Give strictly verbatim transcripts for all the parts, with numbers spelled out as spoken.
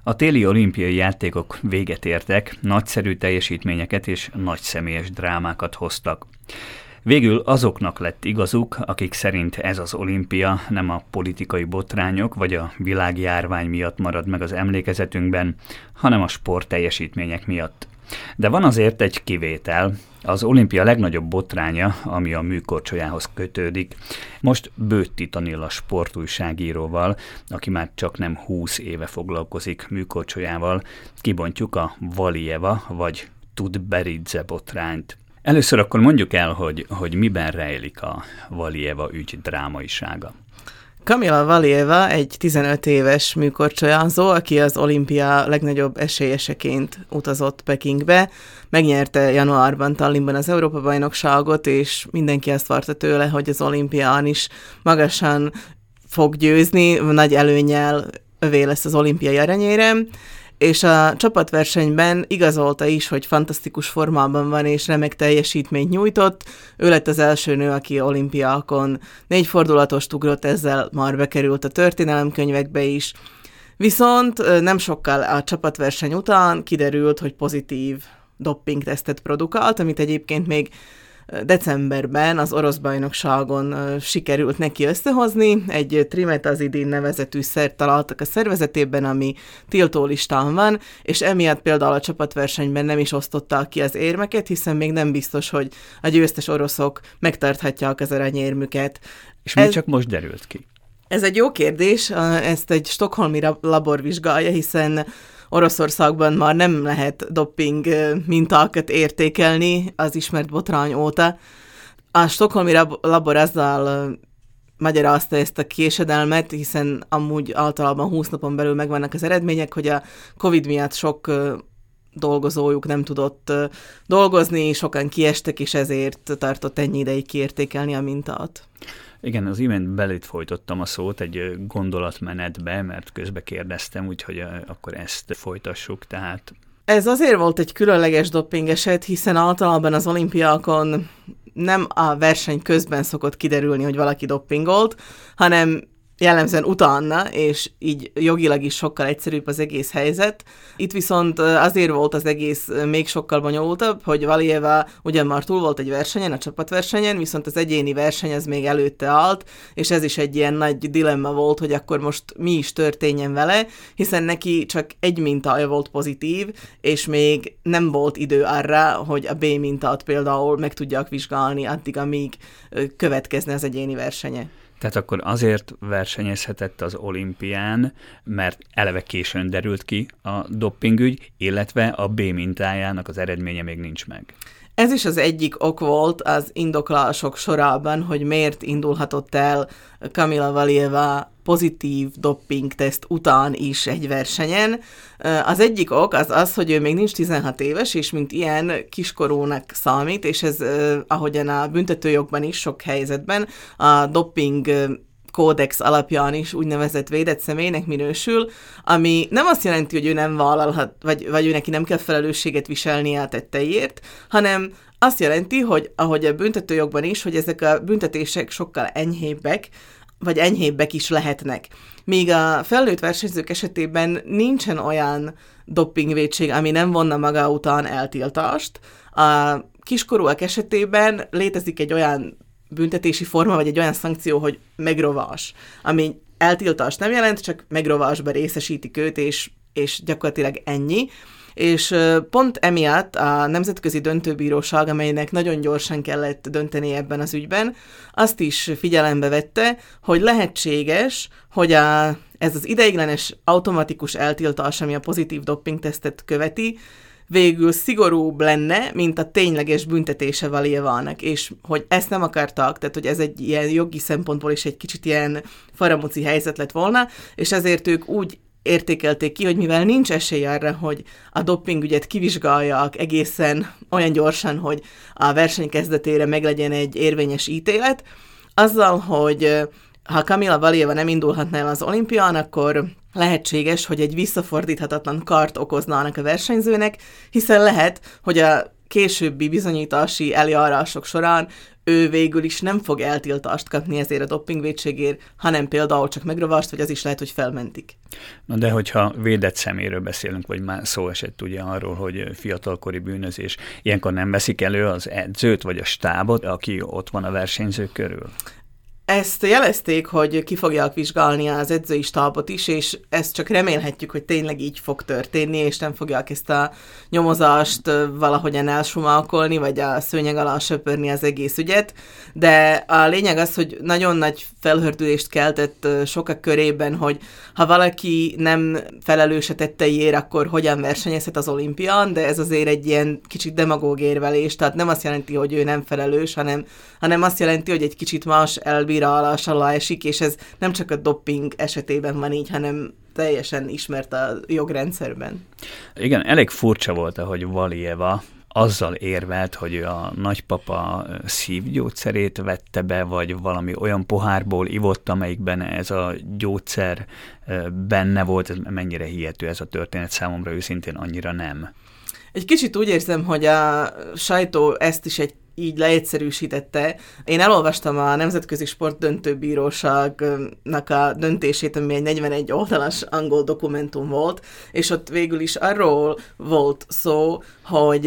A téli olimpiai játékok véget értek, nagyszerű teljesítményeket és nagy személyes drámákat hoztak. Végül azoknak lett igazuk, akik szerint ez az olimpia nem a politikai botrányok vagy a világjárvány miatt marad meg az emlékezetünkben, hanem a sport teljesítmények miatt. De van azért egy kivétel, az olimpia legnagyobb botránya, ami a műkorcsolyához kötődik. Most Bőtti Tanilla sportújságíróval, aki már csak nem húsz éve foglalkozik műkorcsolyával, kibontjuk a Valieva vagy Tudberidze botrányt. Először akkor mondjuk el, hogy, hogy miben rejlik a Valieva ügy drámaisága. Kamila Valieva egy tizenöt éves műkorcsolyázó, aki az olimpia legnagyobb esélyeseként utazott Pekingbe. Megnyerte januárban Tallinnban az Európa-bajnokságot, és mindenki azt várta tőle, hogy az olimpián is magasan fog győzni, nagy előnnyel övé lesz az olimpiai aranyérem, és a csapatversenyben igazolta is, hogy fantasztikus formában van, és remek teljesítményt nyújtott. Ő lett az első nő, aki olimpiákon négy fordulatost ugrott, ezzel már bekerült a történelemkönyvekbe is. Viszont nem sokkal a csapatverseny után kiderült, hogy pozitív doppingtesztet produkált, amit egyébként még decemberben az orosz bajnokságon uh, sikerült neki összehozni. Egy trimetazidin nevezetű szert találtak a szervezetében, ami tiltólistán van, és emiatt például a csapatversenyben nem is osztották ki az érmeket, hiszen még nem biztos, hogy a győztes oroszok megtarthatják az aranyérmüket. És mi csak most derült ki? Ez egy jó kérdés, ezt egy stockholmi labor vizsgálja, hiszen Oroszországban már nem lehet dopping mintákat értékelni az ismert botrány óta. A stockholmi labor azzal magyarázta ezt a késedelmet, hiszen amúgy általában húsz napon belül megvannak az eredmények, hogy a Covid miatt sok dolgozójuk nem tudott dolgozni, sokan kiestek, és ezért tartott ennyi ideig kiértékelni a mintát. Igen, az imént belét folytottam a szót egy gondolatmenetbe, mert közbe kérdeztem, úgyhogy akkor ezt folytassuk, tehát... Ez azért volt egy különleges dopping eset, hiszen általában az olimpiákon nem a verseny közben szokott kiderülni, hogy valaki doppingolt, hanem jellemzően utána, és így jogilag is sokkal egyszerűbb az egész helyzet. Itt viszont azért volt az egész még sokkal bonyolultabb, hogy Valieva ugyan már túl volt egy versenyen, a csapatversenyen, viszont az egyéni verseny az még előtte állt, és ez is egy ilyen nagy dilemma volt, hogy akkor most mi is történjen vele, hiszen neki csak egy mintája volt pozitív, és még nem volt idő arra, hogy a B mintát például meg tudják vizsgálni addig, amíg következne az egyéni versenye. Tehát akkor azért versenyezhetett az olimpián, mert eleve későn derült ki a doppingügy, illetve a B mintájának az eredménye még nincs meg. Ez is az egyik ok volt az indoklások sorában, hogy miért indulhatott el Kamila Valieva pozitív doppingteszt után is egy versenyen. Az egyik ok az az, hogy ő még nincs tizenhat éves, és mint ilyen kiskorúnak számít, és ez ahogyan a büntetőjogban is sok helyzetben a doping kódex alapján is úgynevezett védett személynek minősül, ami nem azt jelenti, hogy ő nem vállalhat, vagy, vagy ő neki nem kell felelősséget viselnie a tetteiért, hanem azt jelenti, hogy ahogy a büntetőjogban is, hogy ezek a büntetések sokkal enyhébbek, vagy enyhébbek is lehetnek. Míg a felnőtt versenyzők esetében nincsen olyan dopingvétség, ami nem vonna maga után eltiltást. A kiskorúak esetében létezik egy olyan büntetési forma, vagy egy olyan szankció, hogy megrovás, ami eltiltást nem jelent, csak megrovásba részesítik őt, és, és gyakorlatilag ennyi. És pont emiatt a Nemzetközi Döntőbíróság, amelynek nagyon gyorsan kellett dönteni ebben az ügyben, azt is figyelembe vette, hogy lehetséges, hogy a, ez az ideiglenes automatikus eltiltás, ami a pozitív dopingtesztet követi, végül szigorúbb lenne, mint a tényleges büntetése Valievának, és hogy ezt nem akartak, tehát hogy ez egy ilyen jogi szempontból is egy kicsit ilyen faramuci helyzet lett volna, és ezért ők úgy értékelték ki, hogy mivel nincs esély arra, hogy a dopingügyet kivizsgálják egészen olyan gyorsan, hogy a verseny kezdetére meglegyen egy érvényes ítélet, azzal, hogy ha Kamila Valieva nem indulhatna el az olimpián, akkor lehetséges, hogy egy visszafordíthatatlan kárt okoznának a versenyzőnek, hiszen lehet, hogy a későbbi bizonyítási eljárások során ő végül is nem fog eltiltást kapni ezért a doppingvétségért, hanem például csak megrovast, vagy az is lehet, hogy felmentik. Na de hogyha védett szeméről beszélünk, vagy már szó esett ugye arról, hogy fiatalkori bűnözés, ilyenkor nem veszik elő az edzőt, vagy a stábot, aki ott van a versenyzők körül? Ezt jelezték, hogy ki fogják vizsgálni az edzői stábot is, és ezt csak remélhetjük, hogy tényleg így fog történni, és nem fogják ezt a nyomozást valahogyan elsumalkolni, vagy a szőnyeg alá söpörni az egész ügyet, de a lényeg az, hogy nagyon nagy felhördülést keltett sokak körében, hogy ha valaki nem felelős a tetteiért, akkor hogyan versenyezhet az olimpián, de ez azért egy ilyen kicsit demagóg érvelés, tehát nem azt jelenti, hogy ő nem felelős, hanem, hanem azt jelenti, hogy egy kicsit más elbírálás alá esik, és ez nem csak a doping esetében van így, hanem teljesen ismert a jogrendszerben. Igen, elég furcsa volt, ahogy Valieva azzal érvelt, hogy ő a nagypapa szívgyógyszerét vette be, vagy valami olyan pohárból ivott, amelyikben ez a gyógyszer benne volt. Ez mennyire hihető ez a történet, számomra őszintén annyira nem. Egy kicsit úgy érzem, hogy a sajtó ezt is egy így leegyszerűsítette. Én elolvastam a Nemzetközi Sportdöntőbíróságnak a döntését, ami egy negyvenegy oldalas angol dokumentum volt, és ott végül is arról volt szó, hogy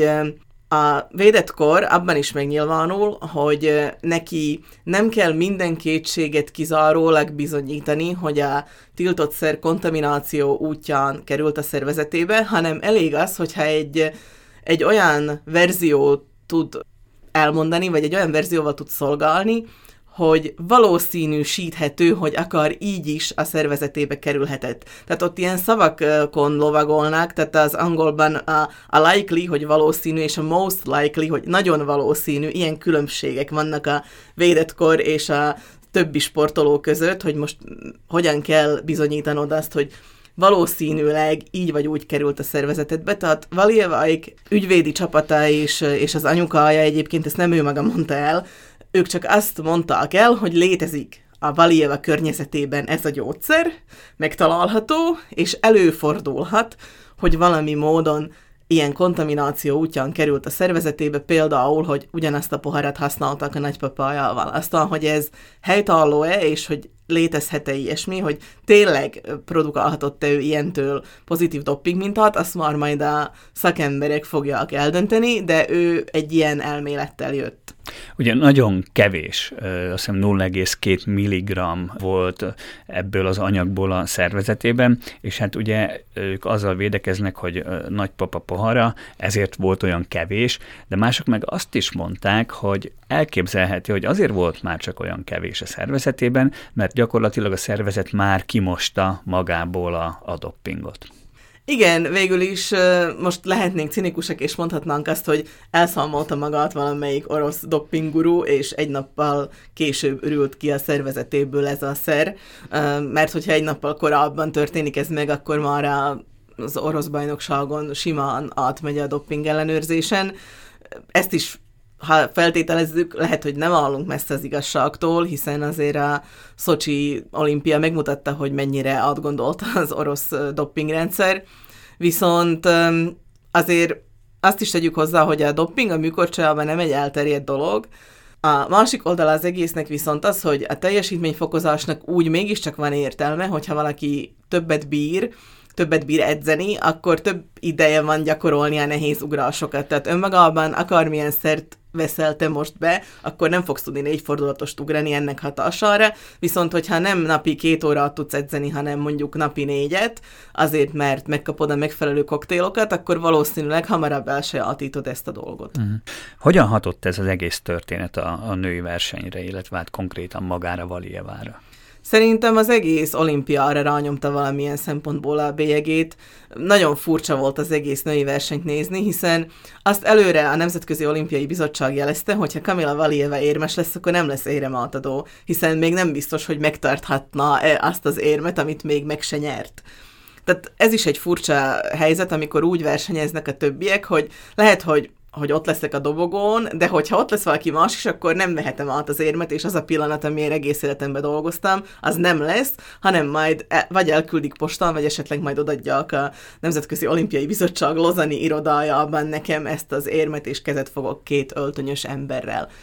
a védett kor abban is megnyilvánul, hogy neki nem kell minden kétséget kizárólag bizonyítani, hogy a tiltott szer kontamináció útján került a szervezetébe, hanem elég az, hogyha egy, egy olyan verziót tud elmondani, vagy egy olyan verzióval tud szolgálni, hogy valószínűsíthető, hogy akár így is a szervezetébe kerülhetett. Tehát ott ilyen szavakon lovagolnak, tehát az angolban a, a likely, hogy valószínű, és a most likely, hogy nagyon valószínű, ilyen különbségek vannak a védett kor és a többi sportoló között, hogy most hogyan kell bizonyítanod azt, hogy valószínűleg így vagy úgy került a szervezetedbe, tehát Valievaik ügyvédi csapata és, és az anyukája, egyébként ezt nem ő maga mondta el, ők csak azt mondták el, hogy létezik a Valieva környezetében ez a gyógyszer, megtalálható, és előfordulhat, hogy valami módon ilyen kontamináció útján került a szervezetébe, például, hogy ugyanazt a poharat használtak a nagypapájával. Aztán, hogy ez helytálló-e, és hogy létezhet-e ilyesmi, hogy tényleg produkálhatott-e ő ilyentől pozitív dopping mintát, azt már majd a szakemberek fogják eldönteni, de ő egy ilyen elmélettel jött. Ugye nagyon kevés, azt hiszem nulla egész két milligramm volt ebből az anyagból a szervezetében, és hát ugye ők azzal védekeznek, hogy nagypapa pohara, ezért volt olyan kevés, de mások meg azt is mondták, hogy elképzelhető, hogy azért volt már csak olyan kevés a szervezetében, mert gyakorlatilag a szervezet már kimosta magából a, a doppingot. Igen, végül is most lehetnénk cinikusak, és mondhatnánk azt, hogy elszámolta magát valamelyik orosz doppinggurú, és egy nappal később ürült ki a szervezetéből ez a szer, mert hogyha egy nappal korábban történik ez meg, akkor már az orosz bajnokságon simán átmegy a dopping ellenőrzésen. Ezt is, ha feltételezzük, lehet, hogy nem állunk messze az igazságtól, hiszen azért a Szocsi olimpia megmutatta, hogy mennyire átgondolt az orosz doppingrendszer, viszont azért azt is tegyük hozzá, hogy a dopping a műkorcsolyában nem egy elterjedt dolog. A másik oldala az egésznek viszont az, hogy a teljesítményfokozásnak úgy mégiscsak van értelme, hogyha valaki többet bír, többet bír edzeni, akkor több ideje van gyakorolni a nehéz ugrásokat. Tehát önmagában akármilyen szert veszel te most be, akkor nem fogsz tudni négy fordulatost ugrani ennek hatására, viszont hogyha nem napi két órát tudsz edzeni, hanem mondjuk napi négyet, azért mert megkapod a megfelelő koktélokat, akkor valószínűleg hamarabb elsajátítod ezt a dolgot. Uh-huh. Hogyan hatott ez az egész történet a, a női versenyre, illetve hát konkrétan magára, Valievára? Szerintem az egész olimpiára rányomta valamilyen szempontból a bélyegét. Nagyon furcsa volt az egész női versenyt nézni, hiszen azt előre a Nemzetközi Olimpiai Bizottság jelezte, hogy ha Kamila Valieva érmes lesz, akkor nem lesz éremátadó, hiszen még nem biztos, hogy megtarthatna azt az érmet, amit még meg se nyert. Tehát ez is egy furcsa helyzet, amikor úgy versenyeznek a többiek, hogy lehet, hogy hogy ott leszek a dobogón, de hogyha ott lesz valaki más is, akkor nem vehetem át az érmet, és az a pillanat, amiért egész életemben dolgoztam, az nem lesz, hanem majd el, vagy elküldik postán, vagy esetleg majd odaadják a Nemzetközi Olimpiai Bizottság lozani irodájában nekem ezt az érmet, és kezet fogok két öltönyös emberrel.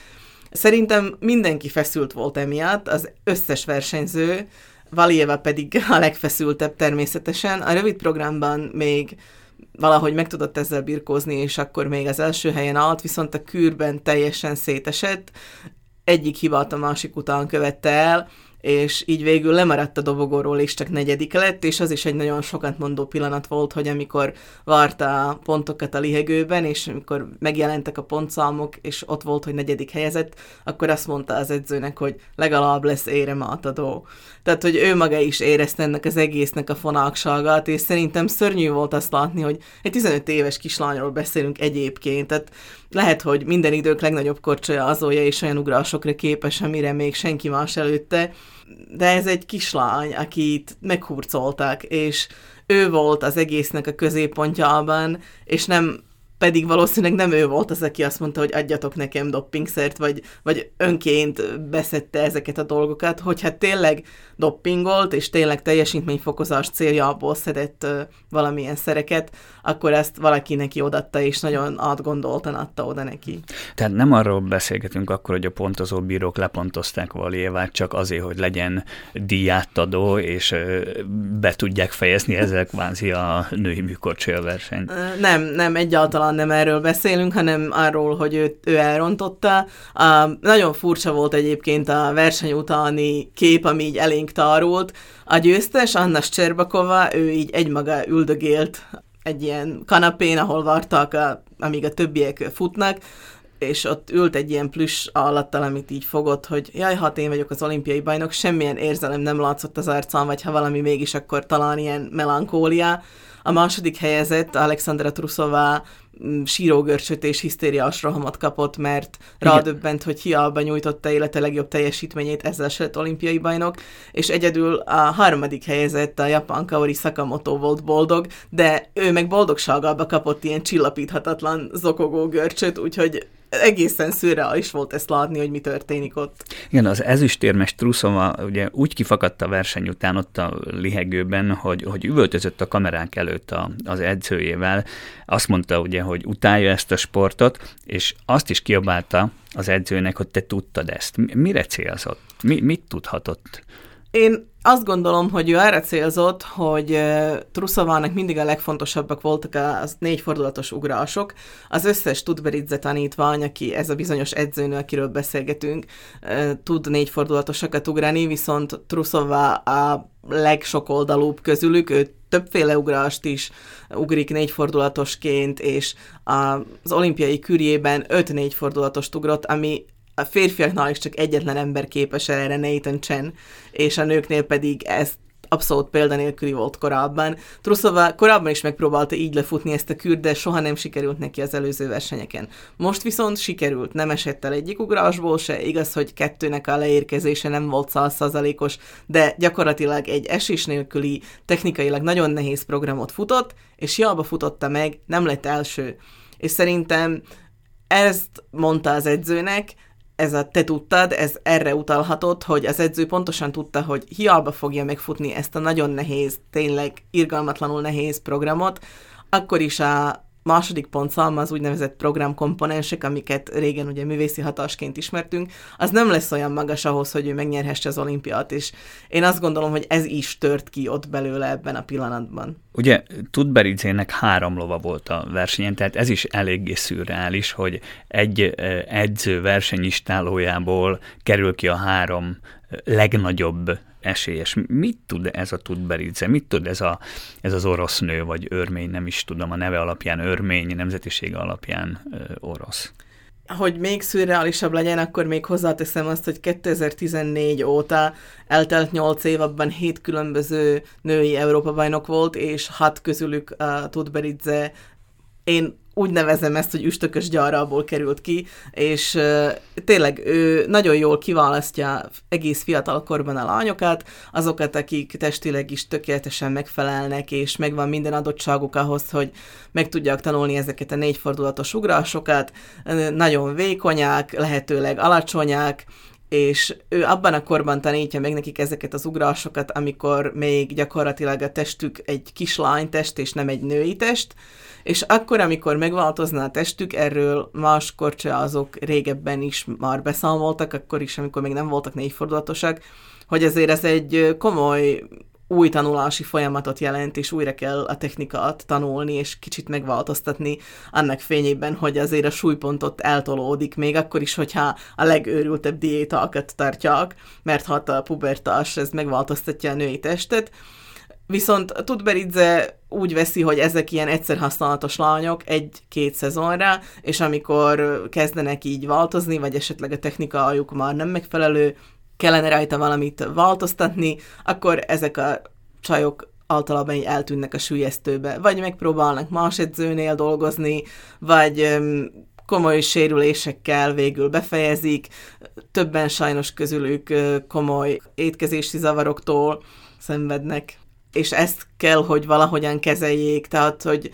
Szerintem mindenki feszült volt emiatt, az összes versenyző, Valieva pedig a legfeszültebb természetesen. A rövid programban még valahogy meg tudott ezzel birkózni, és akkor még az első helyen állt, viszont a kürben teljesen szétesett, egyik hibát a másik után követte el, és így végül lemaradt a dobogóról, és csak negyedik lett, és az is egy nagyon sokat mondó pillanat volt, hogy amikor várta a pontokat a lihegőben, és amikor megjelentek a pontszámok, és ott volt, hogy negyedik helyezett, akkor azt mondta az edzőnek, hogy legalább lesz érem átadó. Tehát, hogy ő maga is érezte ennek az egésznek a fonákságát, és szerintem szörnyű volt azt látni, hogy egy tizenöt éves kislányról beszélünk egyébként, tehát lehet, hogy minden idők legnagyobb korcsolya azója, és olyan ugrásokra képes, amire még senki más előtte, de ez egy kislány, akit meghurcoltak, és ő volt az egésznek a középpontjában, és nem pedig valószínűleg nem ő volt az, aki azt mondta, hogy adjatok nekem doppingszert, vagy, vagy önként beszedte ezeket a dolgokat, hogyha tényleg doppingolt, és tényleg teljesítményfokozás céljából szedett uh, valamilyen szereket, akkor ezt valaki neki odatta, és nagyon átgondoltan adta oda neki. Tehát nem arról beszélgetünk akkor, hogy a pontozó bírók lepontozták Valievát csak azért, hogy legyen díjátadó, és uh, be tudják fejezni ezzel kvázi a női műkorcsolya versenyt. Uh, nem, nem, egyáltalán nem erről beszélünk, hanem arról, hogy ő, ő elrontotta. Uh, nagyon furcsa volt egyébként a verseny utáni kép, ami így elénk tárult. A győztes, Anna Szczerbakova, ő így egymaga üldögélt egy ilyen kanapén, ahol vártak, a, amíg a többiek futnak, és ott ült egy ilyen plüss állattal, amit így fogott, hogy jaj, hát én vagyok az olimpiai bajnok, semmilyen érzelem nem látszott az arcán, vagy ha valami mégis, akkor talán ilyen melankólia. A második helyezett Alexandra Trusová sírógörcsöt és hisztériás rohamot kapott, mert rádöbbent, hogy hiába nyújtotta élete legjobb teljesítményét, ezzel se lett olimpiai bajnok, és egyedül a harmadik helyezett a japán Kaori Sakamoto volt boldog, de ő meg boldogságába kapott ilyen csillapíthatatlan zokogó görcsöt, úgyhogy egészen szürreális volt ezt látni, hogy mi történik ott. Igen, az ezüstérmes Trusova ugye úgy kifakadt a verseny után ott a lihegőben, hogy, hogy üvöltözött a kamerák előtt a, az edzőjével. Azt mondta ugye, hogy utálja ezt a sportot, és azt is kiabálta az edzőnek, hogy te tudtad ezt. Mire célzott? Mi, mit tudhatott? Én azt gondolom, hogy ő arra célzott, hogy uh, Trusovának mindig a legfontosabbak voltak az négy fordulatos ugrások. Az összes Tudberidze tanítvány, aki ez a bizonyos edzőnő, akiről beszélgetünk, uh, tud négy fordulatosakat ugrani, viszont Trusová a legsokoldalúbb közülük, ő többféle ugrást is ugrik négyfordulatosként, és az olimpiai kürjében öt négyfordulatost ugrott, ami a férfiaknál is csak egyetlen ember képes erre, Nathan Chen, és a nőknél pedig ez abszolút példanélküli volt korábban. Trusova korábban is megpróbálta így lefutni ezt a kürt, de soha nem sikerült neki az előző versenyeken. Most viszont sikerült, nem esett el egyik ugrásból se, igaz, hogy kettőnek a leérkezése nem volt száz százalékos, de gyakorlatilag egy esés nélküli, technikailag nagyon nehéz programot futott, és hiába futotta meg, nem lett első. És szerintem ezt mondta az edzőnek, ez a te tudtad, ez erre utalhatott, hogy az edző pontosan tudta, hogy hiába fogja megfutni ezt a nagyon nehéz, tényleg irgalmatlanul nehéz programot, akkor is a második pontszám, az úgynevezett programkomponensek, amiket régen ugye művészi hatásként ismertünk, az nem lesz olyan magas ahhoz, hogy ő megnyerhesse az olimpiát, és én azt gondolom, hogy ez is tört ki ott belőle ebben a pillanatban. Ugye Tudberidzének három lova volt a versenyen, tehát ez is eléggé szürreális, hogy egy edző versenyistálójából kerül ki a három legnagyobb esélyes. Mit tud ez a Tudberidze? Mit tud ez, a, ez az orosz nő, vagy örmény, nem is tudom, a neve alapján örmény, nemzetisége alapján ö, orosz? Hogy még szürreálisabb legyen, akkor még hozzáteszem azt, hogy kétezer-tizennégy óta eltelt nyolc év, abban hét különböző női Európa-bajnok volt, és hat közülük a Tudberidze, én úgy nevezem ezt, hogy üstökös gyárából került ki, és uh, tényleg ő nagyon jól kiválasztja egész fiatal korban a lányokat, azokat, akik testileg is tökéletesen megfelelnek, és megvan minden adottságuk ahhoz, hogy meg tudják tanulni ezeket a négyfordulatos ugrásokat, nagyon vékonyák, lehetőleg alacsonyák, és ő abban a korban tanítja meg nekik ezeket az ugrásokat, amikor még gyakorlatilag a testük egy kislánytest, és nem egy női test, és akkor, amikor megváltozna a testük, erről más korcsolyázók régebben is már beszámoltak, akkor is, amikor még nem voltak négyfordulatosak, hogy ezért ez egy komoly új tanulási folyamatot jelent, és újra kell a technikát tanulni, és kicsit megváltoztatni annak fényében, hogy azért a súlypontot eltolódik, még akkor is, hogyha a legőrültebb diétákat tartják, mert hát a pubertás, ez megváltoztatja a női testet. Viszont Tutberidze úgy veszi, hogy ezek ilyen egyszer használatos lányok egy-két szezonra, és amikor kezdenek így változni, vagy esetleg a technikájuk már nem megfelelő, kellene rajta valamit változtatni, akkor ezek a csajok általában így eltűnnek a süllyesztőbe, vagy megpróbálnak más edzőnél dolgozni, vagy um, komoly sérülésekkel végül befejezik, többen sajnos közülük uh, komoly étkezési zavaroktól szenvednek, és ezt kell, hogy valahogyan kezeljék, tehát, hogy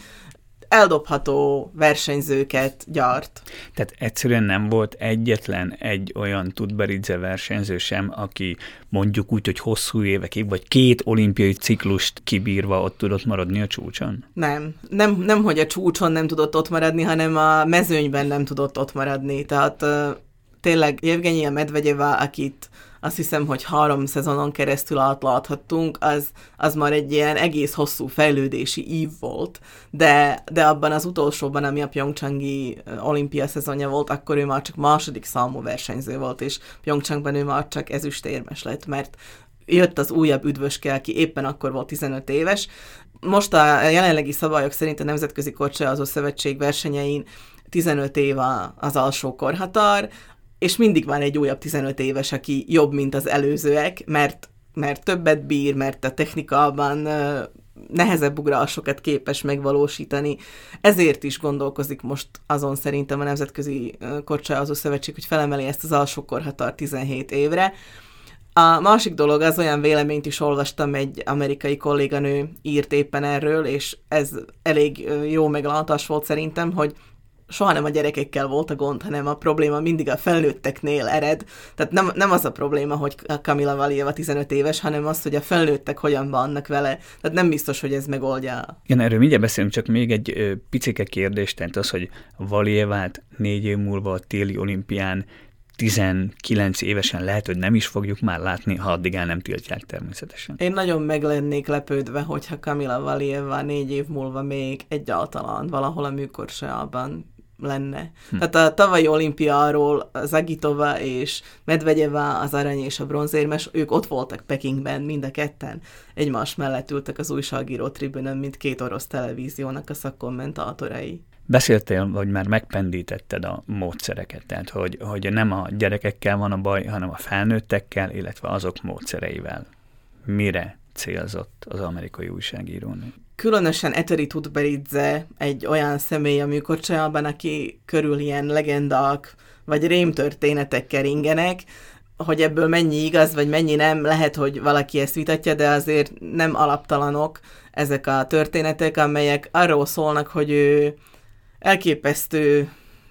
eldobható versenyzőket gyárt. Tehát egyszerűen nem volt egyetlen egy olyan Tutberidze versenyző sem, aki mondjuk úgy, hogy hosszú évekig, vagy két olimpiai ciklust kibírva ott tudott maradni a csúcson? Nem. Nem, nem hogy a csúcson nem tudott ott maradni, hanem a mezőnyben nem tudott ott maradni. Tehát uh, tényleg Jevgenyija Medvegyeva, akit azt hiszem, hogy három szezonon keresztül átláthattunk, az, az már egy ilyen egész hosszú fejlődési ív volt, de, de abban az utolsóban, ami a pyeongchangi olimpia szezonja volt, akkor ő már csak második számú versenyző volt, és Pyeongchangban ő már csak ezüstérmes lett, mert jött az újabb üdvöske, aki éppen akkor volt tizenöt éves. Most a jelenlegi szabályok szerint a Nemzetközi Korcsolyázó Szövetség versenyein tizenöt év az alsó korhatár, és mindig van egy újabb tizenöt éves, aki jobb, mint az előzőek, mert, mert többet bír, mert a technikában uh, nehezebb ugrásokat képes megvalósítani. Ezért is gondolkozik most azon szerintem a Nemzetközi Korcsolyázó Szövetség, hogy felemeli ezt az alsó korhatár tizenhét évre. A másik dolog, az olyan véleményt is olvastam, egy amerikai kolléganő írt éppen erről, és ez elég jó meglátás volt szerintem, hogy soha nem a gyerekekkel volt a gond, hanem a probléma mindig a felnőtteknél ered. Tehát nem, nem az a probléma, hogy Kamila Valieva tizenöt éves, hanem az, hogy a felnőttek hogyan vannak vele. Tehát nem biztos, hogy ez megoldja. Igen, erről mindjárt beszélünk, csak még egy ö, picike kérdés, tehát az, hogy Valievát négy év múlva a téli olimpián tizenkilenc évesen lehet, hogy nem is fogjuk már látni, ha addig el nem tiltják természetesen. Én nagyon meg lennék lepődve, hogyha Kamila Valieva négy év múlva még egyáltalán valahol a műkorsolyában lenne. Hm. Tehát a tavalyi olimpiáról Zagitova és Medvegyeva, az arany és a bronzérmes, ők ott voltak Pekingben, mind a ketten. Egymás mellett ültek az újságíró tribünön, mint két orosz televíziónak a szakkommentátorai. Beszéltél, vagy már megpendítetted a módszereket, tehát hogy, hogy nem a gyerekekkel van a baj, hanem a felnőttekkel, illetve azok módszereivel. Mire célzott az amerikai újságírónő? Különösen Eteri Tutberidze egy olyan személy a műkorcsolyában, aki körül ilyen legendák vagy rémtörténetek keringenek, hogy ebből mennyi igaz, vagy mennyi nem, lehet, hogy valaki ezt vitatja, de azért nem alaptalanok ezek a történetek, amelyek arról szólnak, hogy ő elképesztő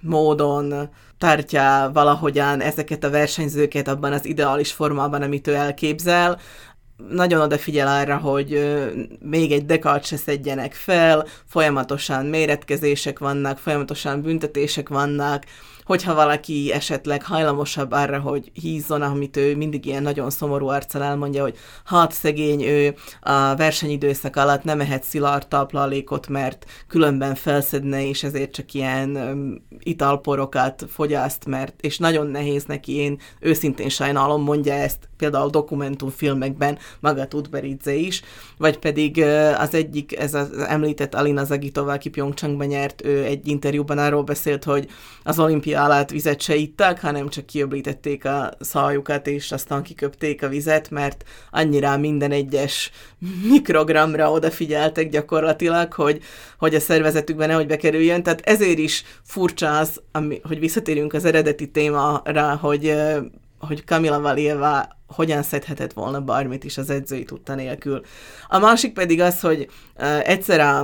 módon tartja valahogyan ezeket a versenyzőket abban az ideális formában, amit ő elképzel. Nagyon odafigyel arra, hogy még egy dekát se szedjenek fel, folyamatosan méretkezések vannak, folyamatosan büntetések vannak, hogyha valaki esetleg hajlamosabb arra, hogy hízzon, amit ő mindig ilyen nagyon szomorú arccal elmondja, hogy hát szegény, ő a versenyidőszak alatt nem ehet szilárd táplálékot, mert különben felszedne, és ezért csak ilyen um, italporokat fogyaszt, mert, és nagyon nehéz neki, én őszintén sajnálom, mondja ezt például dokumentumfilmekben maga Tutberidze is, vagy pedig uh, az egyik, ez az említett Alina Zagitova, aki Pyeongchangban nyert, ő egy interjúban arról beszélt, hogy az olimpia alatt vizet se itták, hanem csak kiöblítették a szájukat, és aztán kiköpték a vizet, mert annyira minden egyes mikrogramra odafigyeltek gyakorlatilag, hogy, hogy a szervezetükben nehogy bekerüljön. Tehát ezért is furcsa az, ami, hogy visszatérünk az eredeti témára, hogy, hogy Kamila Valieva hogyan szedhetett volna bármit is az edzői tudta nélkül. A másik pedig az, hogy egyszer a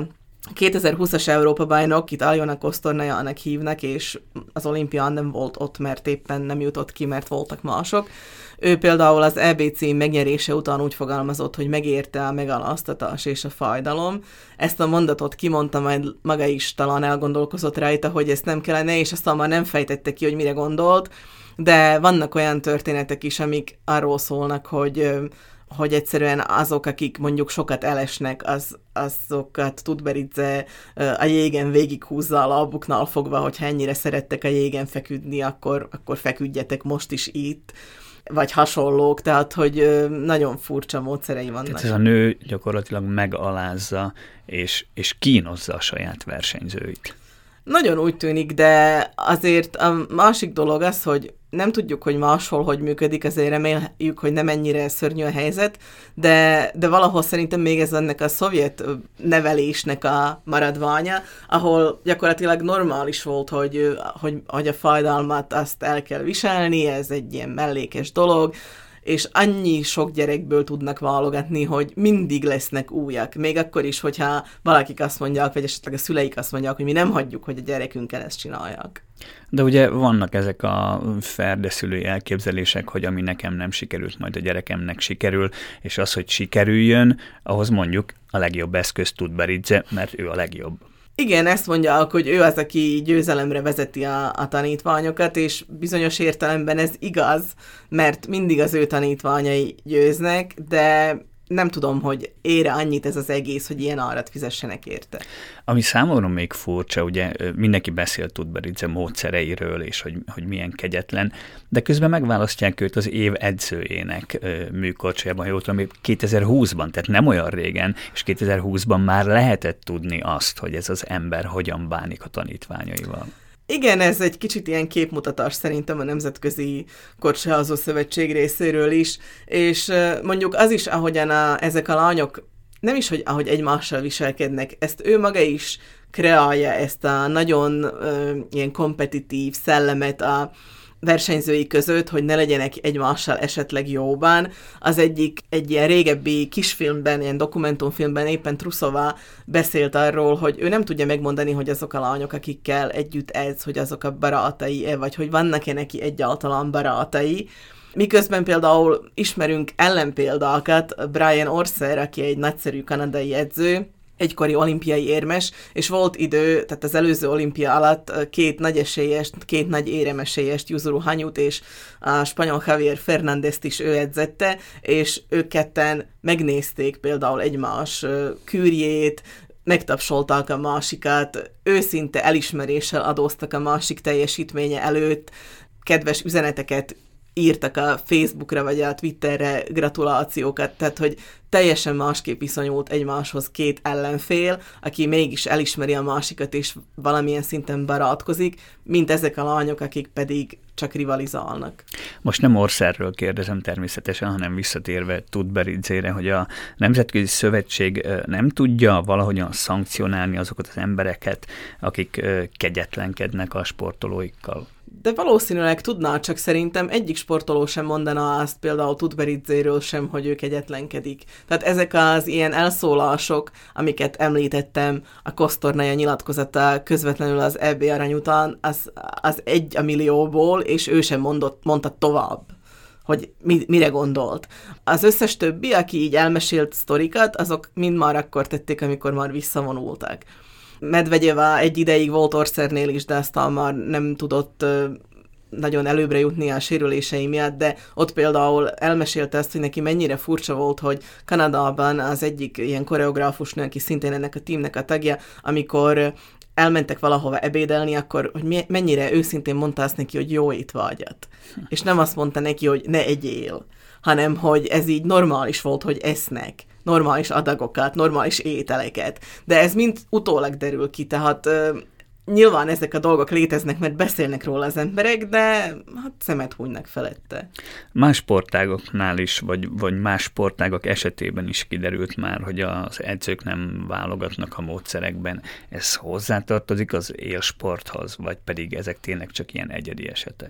kétezer-húszas Európa-bajnok, itt Aljona Kostornajának hívnak, és az olimpián nem volt ott, mert éppen nem jutott ki, mert voltak mások. Ő például az é bé cím megnyerése után úgy fogalmazott, hogy megérte a megaláztatás és a fájdalom. Ezt a mondatot kimondta, majd maga is talán elgondolkozott rajta, hogy ezt nem kellene, és aztán már nem fejtette ki, hogy mire gondolt, de vannak olyan történetek is, amik arról szólnak, hogy hogy egyszerűen azok, akik mondjuk sokat elesnek, az, azokat Tudberidze a jégen végighúzza a lábuknál fogva, hogyha ennyire szerettek a jégen feküdni, akkor, akkor feküdjetek most is itt, vagy hasonlók, tehát hogy nagyon furcsa módszerei vannak. Tehát ez a nő gyakorlatilag megalázza és, és kínozza a saját versenyzőit. Nagyon úgy tűnik, de azért a másik dolog az, hogy nem tudjuk, hogy máshol hogy működik, azért reméljük, hogy nem ennyire szörnyű a helyzet, de, de valahol szerintem még ez ennek a szovjet nevelésnek a maradványa, ahol gyakorlatilag normális volt, hogy, hogy, hogy a fájdalmat azt el kell viselni, ez egy ilyen mellékes dolog, és annyi sok gyerekből tudnak válogatni, hogy mindig lesznek újak. Még akkor is, hogyha valakik azt mondják, vagy esetleg a szüleik azt mondják, hogy mi nem hagyjuk, hogy a gyerekünkkel ezt csinálják. De ugye vannak ezek a ferdeszülői elképzelések, hogy ami nekem nem sikerült, majd a gyerekemnek sikerül, és az, hogy sikerüljön, ahhoz mondjuk a legjobb eszköz Tudberidze, mert ő a legjobb. Igen, ezt mondja, hogy ő az, aki győzelemre vezeti a, a tanítványokat, és bizonyos értelemben ez igaz, mert mindig az ő tanítványai győznek, de nem tudom, hogy ére annyit ez az egész, hogy ilyen árat fizessenek érte. Ami számomra még furcsa, ugye mindenki beszél Tudberidze módszereiről, és hogy, hogy milyen kegyetlen, de közben megválasztják őt az év edzőjének műkorcsolyában, jól tudom, kétezer-húszban, tehát nem olyan régen, és kétezer-húszban már lehetett tudni azt, hogy ez az ember hogyan bánik a tanítványaival. Igen, ez egy kicsit ilyen képmutatás szerintem a Nemzetközi Korcsolyázó Szövetség részéről is, és mondjuk az is, ahogyan a, ezek a lányok, nem is, hogy ahogy egymással viselkednek, ezt ő maga is kreálja, ezt a nagyon ö, ilyen kompetitív szellemet a versenyzői között, hogy ne legyenek egymással esetleg jóban. Az egyik egy ilyen régebbi kisfilmben, ilyen dokumentumfilmben éppen Truszova beszélt arról, hogy ő nem tudja megmondani, hogy azok a lányok, akikkel együtt ez, hogy azok a barátai-e, vagy hogy vannak-e neki egyáltalán barátai. Miközben például ismerünk ellenpéldákat, Brian Orser, aki egy nagyszerű kanadai edző, egykori olimpiai érmes, és volt idő, tehát az előző olimpia alatt két nagy esélyest, két nagy éremesélyest, Yuzuru Hanyut és a spanyol Javier Fernándezt is ő edzette, és ők ketten megnézték például egymás kűrjét, megtapsolták a másikat, őszinte elismeréssel adóztak a másik teljesítménye előtt, kedves üzeneteket írtak a Facebookra vagy a Twitterre gratulációkat, tehát hogy teljesen másképp viszonyult egymáshoz két ellenfél, aki mégis elismeri a másikat és valamilyen szinten barátkozik, mint ezek a lányok, akik pedig csak rivalizálnak. Most nem Orserről kérdezem természetesen, hanem visszatérve Tudberidzére, hogy a Nemzetközi Szövetség nem tudja valahogyan szankcionálni azokat az embereket, akik kegyetlenkednek a sportolóikkal. De valószínűleg tudná, csak szerintem egyik sportoló sem mondaná azt például Tudberidzéről sem, hogy ő kegyetlenkedik. Tehát ezek az ilyen elszólások, amiket említettem, a Kostornaja nyilatkozata közvetlenül az é bé arany után, az, az egy a millióból, és ő sem mondott, mondta tovább, hogy mi, mire gondolt. Az összes többi, aki így elmesélt sztorikat, azok mind már akkor tették, amikor már visszavonultak. Medvegyeva egy ideig volt Orsernél is, de aztán már nem tudott nagyon előbbre jutni a sérülései miatt, de ott például elmesélte azt, hogy neki mennyire furcsa volt, hogy Kanadában az egyik ilyen koreográfusnő, aki szintén ennek a teamnek a tagja, amikor elmentek valahova ebédelni, akkor hogy mennyire őszintén mondta azt neki, hogy jó étvágyat. És nem azt mondta neki, hogy ne egyél, hanem hogy ez így normális volt, hogy esznek normális adagokat, normális ételeket. De ez mind utólag derül ki, tehát uh, nyilván ezek a dolgok léteznek, mert beszélnek róla az emberek, de hát szemet hunynak felette. Más sportágoknál is, vagy, vagy más sportágok esetében is kiderült már, hogy az edzők nem válogatnak a módszerekben. Ez hozzátartozik az élsporthoz, vagy pedig ezek tényleg csak ilyen egyedi esetek?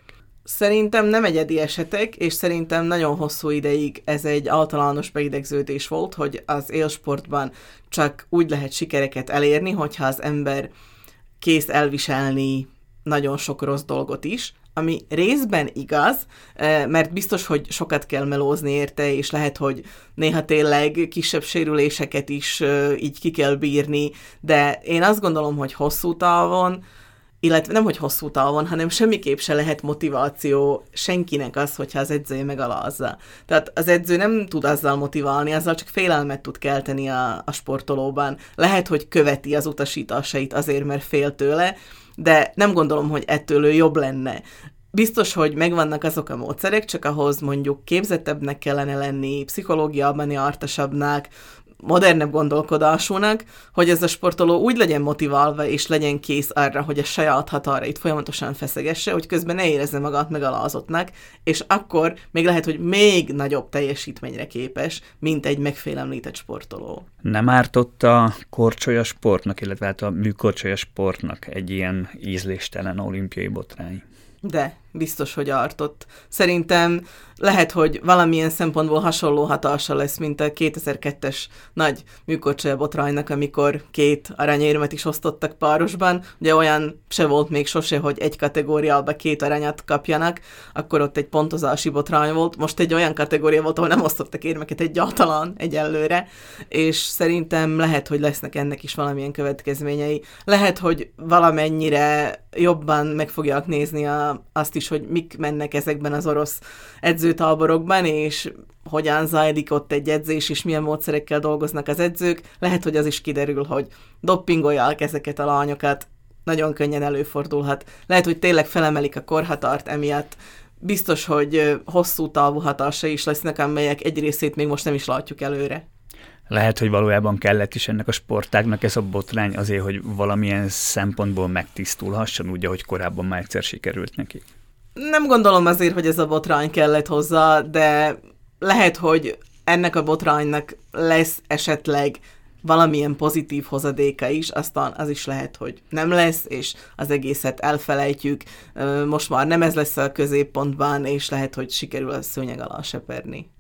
Szerintem nem egyedi esetek, és szerintem nagyon hosszú ideig ez egy általános beidegződés volt, hogy az élsportban csak úgy lehet sikereket elérni, hogyha az ember kész elviselni nagyon sok rossz dolgot is, ami részben igaz, mert biztos, hogy sokat kell melózni érte, és lehet, hogy néha tényleg kisebb sérüléseket is így ki kell bírni, de én azt gondolom, hogy hosszú távon, illetve nem, hogy hosszú távon, hanem semmiképp se lehet motiváció senkinek az, hogyha az edzője megalázza. Tehát az edző nem tud azzal motiválni, azzal csak félelmet tud kelteni a, a sportolóban. Lehet, hogy követi az utasításait azért, mert fél tőle, de nem gondolom, hogy ettől ő jobb lenne. Biztos, hogy megvannak azok a módszerek, csak ahhoz mondjuk képzettebbnek kellene lenni, pszichológiában jártasabbnak, modernebb gondolkodásúnak, hogy ez a sportoló úgy legyen motiválva, és legyen kész arra, hogy a saját határait folyamatosan feszegesse, hogy közben ne érezze magát megalázottnak, és akkor még lehet, hogy még nagyobb teljesítményre képes, mint egy megfélemlített sportoló. Nem ártott a korcsolya sportnak, illetve hát a műkorcsolya sportnak egy ilyen ízléstelen olimpiai botrány? De biztos, hogy ártott. Szerintem lehet, hogy valamilyen szempontból hasonló hatása lesz, mint a kétezer-kettes nagy műkorcsolya botránynak, amikor két aranyérmet is osztottak párosban. Ugye olyan se volt még sose, hogy egy kategóriában két aranyat kapjanak, akkor ott egy pontozási botrány volt. Most egy olyan kategória volt, ahol nem osztottak érmeket egyáltalán egyelőre, és szerintem lehet, hogy lesznek ennek is valamilyen következményei. Lehet, hogy valamennyire jobban meg fogják nézni a, azt is, hogy mik mennek ezekben az orosz edzőtáborokban, és hogyan zajlik ott egy edzés, és milyen módszerekkel dolgoznak az edzők. Lehet, hogy az is kiderül, hogy doppingolják ezeket a lányokat, nagyon könnyen előfordulhat. Lehet, hogy tényleg felemelik a korhatárt emiatt. Biztos, hogy hosszú távú hatása is lesznek, amelyek egy részét még most nem is látjuk előre. Lehet, hogy valójában kellett is ennek a sportágnak ez a botrány azért, hogy valamilyen szempontból megtisztulhasson, úgy, ahogy korábban már egyszer sikerült neki. Nem gondolom azért, hogy ez a botrány kellett hozzá, de lehet, hogy ennek a botránynak lesz esetleg valamilyen pozitív hozadéka is, aztán az is lehet, hogy nem lesz, és az egészet elfelejtjük. Most már nem ez lesz a középpontban, és lehet, hogy sikerül a szőnyeg alá seperni.